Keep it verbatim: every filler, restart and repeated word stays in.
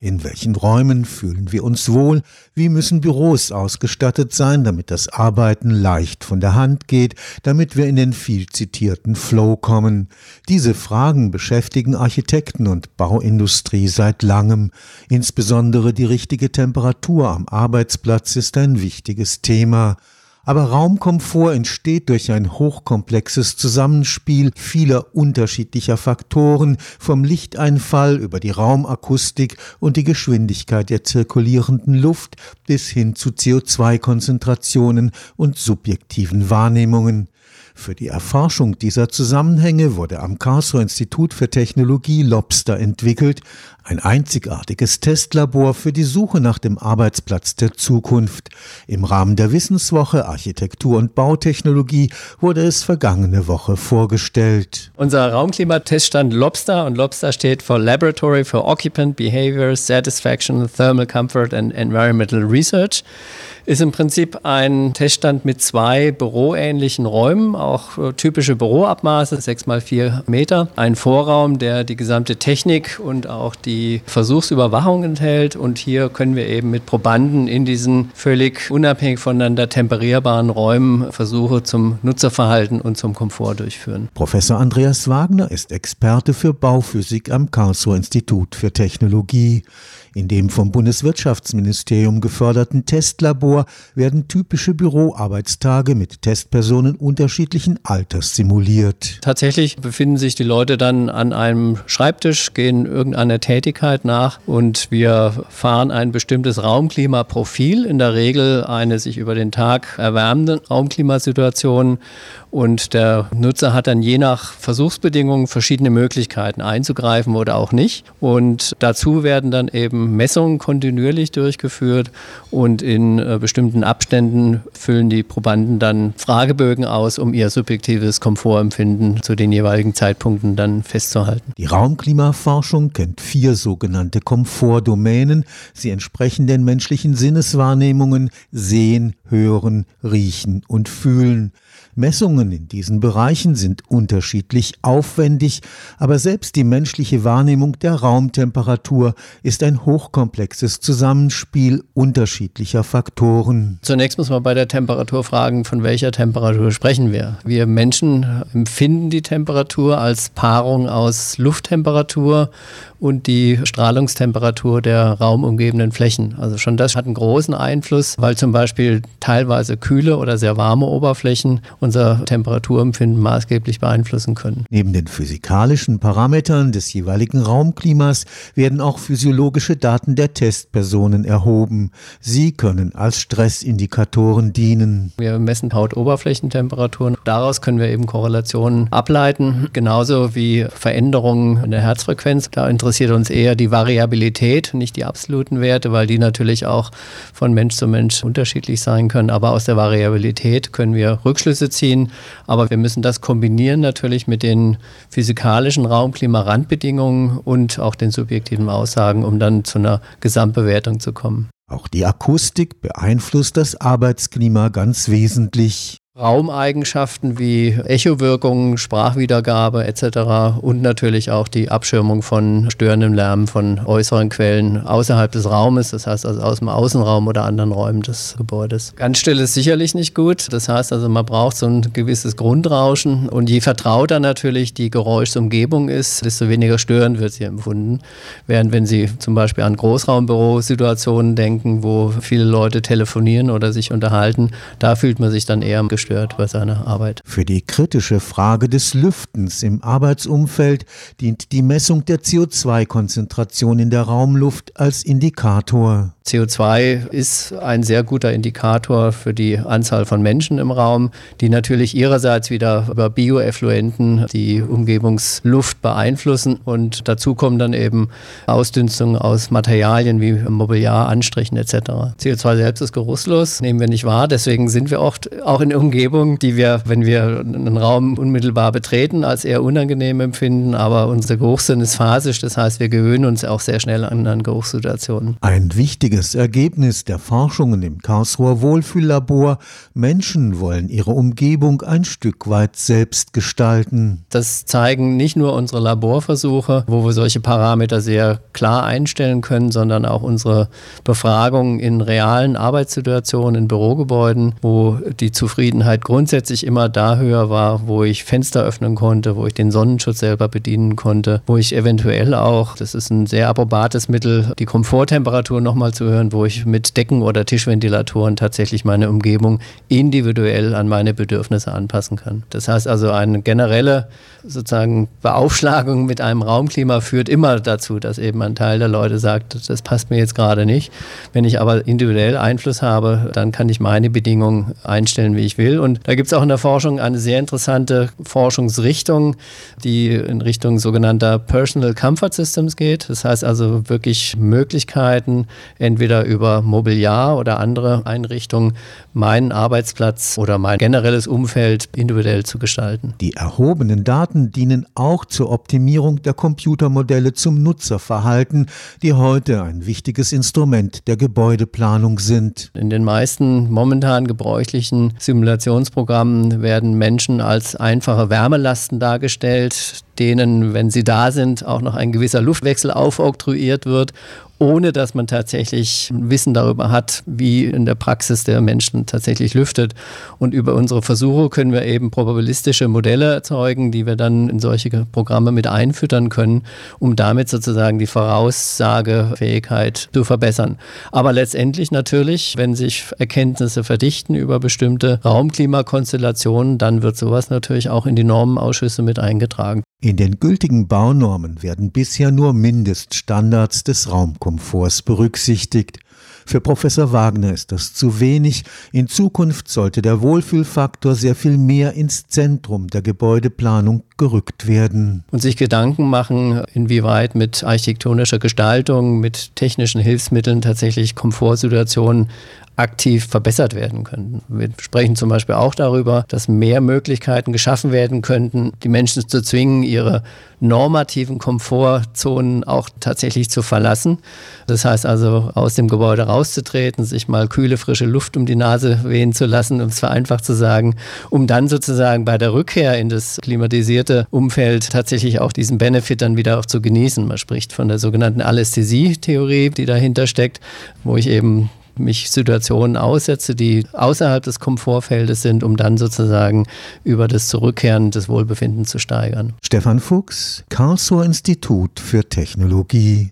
In welchen Räumen fühlen wir uns wohl? Wie müssen Büros ausgestattet sein, damit das Arbeiten leicht von der Hand geht, damit wir in den viel zitierten Flow kommen? Diese Fragen beschäftigen Architekten und Bauindustrie seit langem. Insbesondere die richtige Temperatur am Arbeitsplatz ist ein wichtiges Thema. Aber Raumkomfort entsteht durch ein hochkomplexes Zusammenspiel vieler unterschiedlicher Faktoren, vom Lichteinfall über die Raumakustik und die Geschwindigkeit der zirkulierenden Luft bis hin zu C O zwei Konzentrationen und subjektiven Wahrnehmungen. Für die Erforschung dieser Zusammenhänge wurde am Karlsruher Institut für Technologie Lobster entwickelt, ein einzigartiges Testlabor für die Suche nach dem Arbeitsplatz der Zukunft. Im Rahmen der Wissenswoche Architektur und Bautechnologie wurde es vergangene Woche vorgestellt. Unser Raumklimatest stand Lobster und Lobster steht für Laboratory for Occupant Behavior, Satisfaction, Thermal Comfort and Environmental Research. Ist im Prinzip ein Teststand mit zwei büroähnlichen Räumen, auch typische Büroabmaße, sechs mal vier Meter. Ein Vorraum, der die gesamte Technik und auch die Versuchsüberwachung enthält. Und hier können wir eben mit Probanden in diesen völlig unabhängig voneinander temperierbaren Räumen Versuche zum Nutzerverhalten und zum Komfort durchführen. Professor Andreas Wagner ist Experte für Bauphysik am Karlsruher Institut für Technologie. In dem vom Bundeswirtschaftsministerium geförderten Testlabor werden typische Büroarbeitstage mit Testpersonen unterschiedlichen Alters simuliert. Tatsächlich befinden sich die Leute dann an einem Schreibtisch, gehen irgendeiner Tätigkeit nach und wir fahren ein bestimmtes Raumklimaprofil, in der Regel eine sich über den Tag erwärmende Raumklimasituation. Und der Nutzer hat dann je nach Versuchsbedingungen verschiedene Möglichkeiten einzugreifen oder auch nicht. Und dazu werden dann eben Messungen kontinuierlich durchgeführt und in äh, bestimmten Abständen füllen die Probanden dann Fragebögen aus, um ihr subjektives Komfortempfinden zu den jeweiligen Zeitpunkten dann festzuhalten. Die Raumklimaforschung kennt vier sogenannte Komfortdomänen. Sie entsprechen den menschlichen Sinneswahrnehmungen: Sehen, Hören, Riechen und Fühlen. Messungen in diesen Bereichen sind unterschiedlich aufwendig, aber selbst die menschliche Wahrnehmung der Raumtemperatur ist ein hochkomplexes Zusammenspiel unterschiedlicher Faktoren. Zunächst muss man bei der Temperatur fragen, von welcher Temperatur sprechen wir? Wir Menschen empfinden die Temperatur als Paarung aus Lufttemperatur und die Strahlungstemperatur der raumumgebenden Flächen. Also schon das hat einen großen Einfluss, weil zum Beispiel teilweise kühle oder sehr warme Oberflächen unser Temperaturempfinden maßgeblich beeinflussen können. Neben den physikalischen Parametern des jeweiligen Raumklimas werden auch physiologische Daten der Testpersonen erhoben. Sie können als Stressindikatoren dienen. Wir messen Hautoberflächentemperaturen. Daraus können wir eben Korrelationen ableiten, genauso wie Veränderungen in der Herzfrequenz. Da interessiert uns eher die Variabilität, nicht die absoluten Werte, weil die natürlich auch von Mensch zu Mensch unterschiedlich sein können. Aber aus der Variabilität können wir Rückschlüsse ziehen. Aber wir müssen das kombinieren natürlich mit den physikalischen Raumklimarandbedingungen und auch den subjektiven Aussagen, um dann zu einer Gesamtbewertung zu kommen. Auch die Akustik beeinflusst das Arbeitsklima ganz wesentlich. Raumeigenschaften wie Echowirkungen, Sprachwiedergabe et cetera und natürlich auch die Abschirmung von störendem Lärm von äußeren Quellen außerhalb des Raumes, das heißt also aus dem Außenraum oder anderen Räumen des Gebäudes. Ganz still ist sicherlich nicht gut, das heißt also man braucht so ein gewisses Grundrauschen und je vertrauter natürlich die Geräuschumgebung ist, desto weniger störend wird sie empfunden. Während wenn Sie zum Beispiel an Großraumbürosituationen denken, wo viele Leute telefonieren oder sich unterhalten, da fühlt man sich dann eher gestört bei seiner Arbeit. Für die kritische Frage des Lüftens im Arbeitsumfeld dient die Messung der C O zwei Konzentration in der Raumluft als Indikator. C O zwei ist ein sehr guter Indikator für die Anzahl von Menschen im Raum, die natürlich ihrerseits wieder über Bioeffluenten die Umgebungsluft beeinflussen und dazu kommen dann eben Ausdünstungen aus Materialien wie Mobiliar, Anstrichen et cetera. C O zwei selbst ist geruchslos, nehmen wir nicht wahr, deswegen sind wir oft auch in Umgebung, die wir, wenn wir einen Raum unmittelbar betreten, als eher unangenehm empfinden. Aber unser Geruchssinn ist phasisch, das heißt, wir gewöhnen uns auch sehr schnell an, an Geruchssituationen. Ein wichtiges Ergebnis der Forschungen im Karlsruher Wohlfühllabor: Menschen wollen ihre Umgebung ein Stück weit selbst gestalten. Das zeigen nicht nur unsere Laborversuche, wo wir solche Parameter sehr klar einstellen können, sondern auch unsere Befragungen in realen Arbeitssituationen in Bürogebäuden, wo die Zufriedenheit grundsätzlich immer da höher war, wo ich Fenster öffnen konnte, wo ich den Sonnenschutz selber bedienen konnte, wo ich eventuell auch, das ist ein sehr approbates Mittel, die Komforttemperatur nochmal zu hören, wo ich mit Decken oder Tischventilatoren tatsächlich meine Umgebung individuell an meine Bedürfnisse anpassen kann. Das heißt also, eine generelle sozusagen Beaufschlagung mit einem Raumklima führt immer dazu, dass eben ein Teil der Leute sagt, das passt mir jetzt gerade nicht. Wenn ich aber individuell Einfluss habe, dann kann ich meine Bedingungen einstellen, wie ich will. Und da gibt es auch in der Forschung eine sehr interessante Forschungsrichtung, die in Richtung sogenannter Personal Comfort Systems geht. Das heißt also wirklich Möglichkeiten, entweder über Mobiliar oder andere Einrichtungen, meinen Arbeitsplatz oder mein generelles Umfeld individuell zu gestalten. Die erhobenen Daten dienen auch zur Optimierung der Computermodelle zum Nutzerverhalten, die heute ein wichtiges Instrument der Gebäudeplanung sind. In den meisten momentan gebräuchlichen Simulationsprogrammen werden Menschen als einfache Wärmelasten dargestellt, denen, wenn sie da sind, auch noch ein gewisser Luftwechsel aufoktroyiert wird, ohne dass man tatsächlich Wissen darüber hat, wie in der Praxis der Menschen tatsächlich lüftet. Und über unsere Versuche können wir eben probabilistische Modelle erzeugen, die wir dann in solche Programme mit einfüttern können, um damit sozusagen die Voraussagefähigkeit zu verbessern. Aber letztendlich natürlich, wenn sich Erkenntnisse verdichten über bestimmte Raumklimakonstellationen, dann wird sowas natürlich auch in die Normenausschüsse mit eingetragen. In den gültigen Baunormen werden bisher nur Mindeststandards des Raumkomforts berücksichtigt. Für Professor Wagner ist das zu wenig. In Zukunft sollte der Wohlfühlfaktor sehr viel mehr ins Zentrum der Gebäudeplanung gerückt werden. Und sich Gedanken machen, inwieweit mit architektonischer Gestaltung, mit technischen Hilfsmitteln tatsächlich Komfortsituationen aktiv verbessert werden könnten. Wir sprechen zum Beispiel auch darüber, dass mehr Möglichkeiten geschaffen werden könnten, die Menschen zu zwingen, ihre normativen Komfortzonen auch tatsächlich zu verlassen. Das heißt also, aus dem Gebäude rauszutreten, sich mal kühle, frische Luft um die Nase wehen zu lassen, um es vereinfacht zu sagen, um dann sozusagen bei der Rückkehr in das klimatisierte Umfeld tatsächlich auch diesen Benefit dann wieder auch zu genießen. Man spricht von der sogenannten Anästhesie-Theorie, die dahinter steckt, wo ich eben mich Situationen aussetze, die außerhalb des Komfortfeldes sind, um dann sozusagen über das Zurückkehren des Wohlbefindens zu steigern. Stefan Fuchs, Karlsruher Institut für Technologie.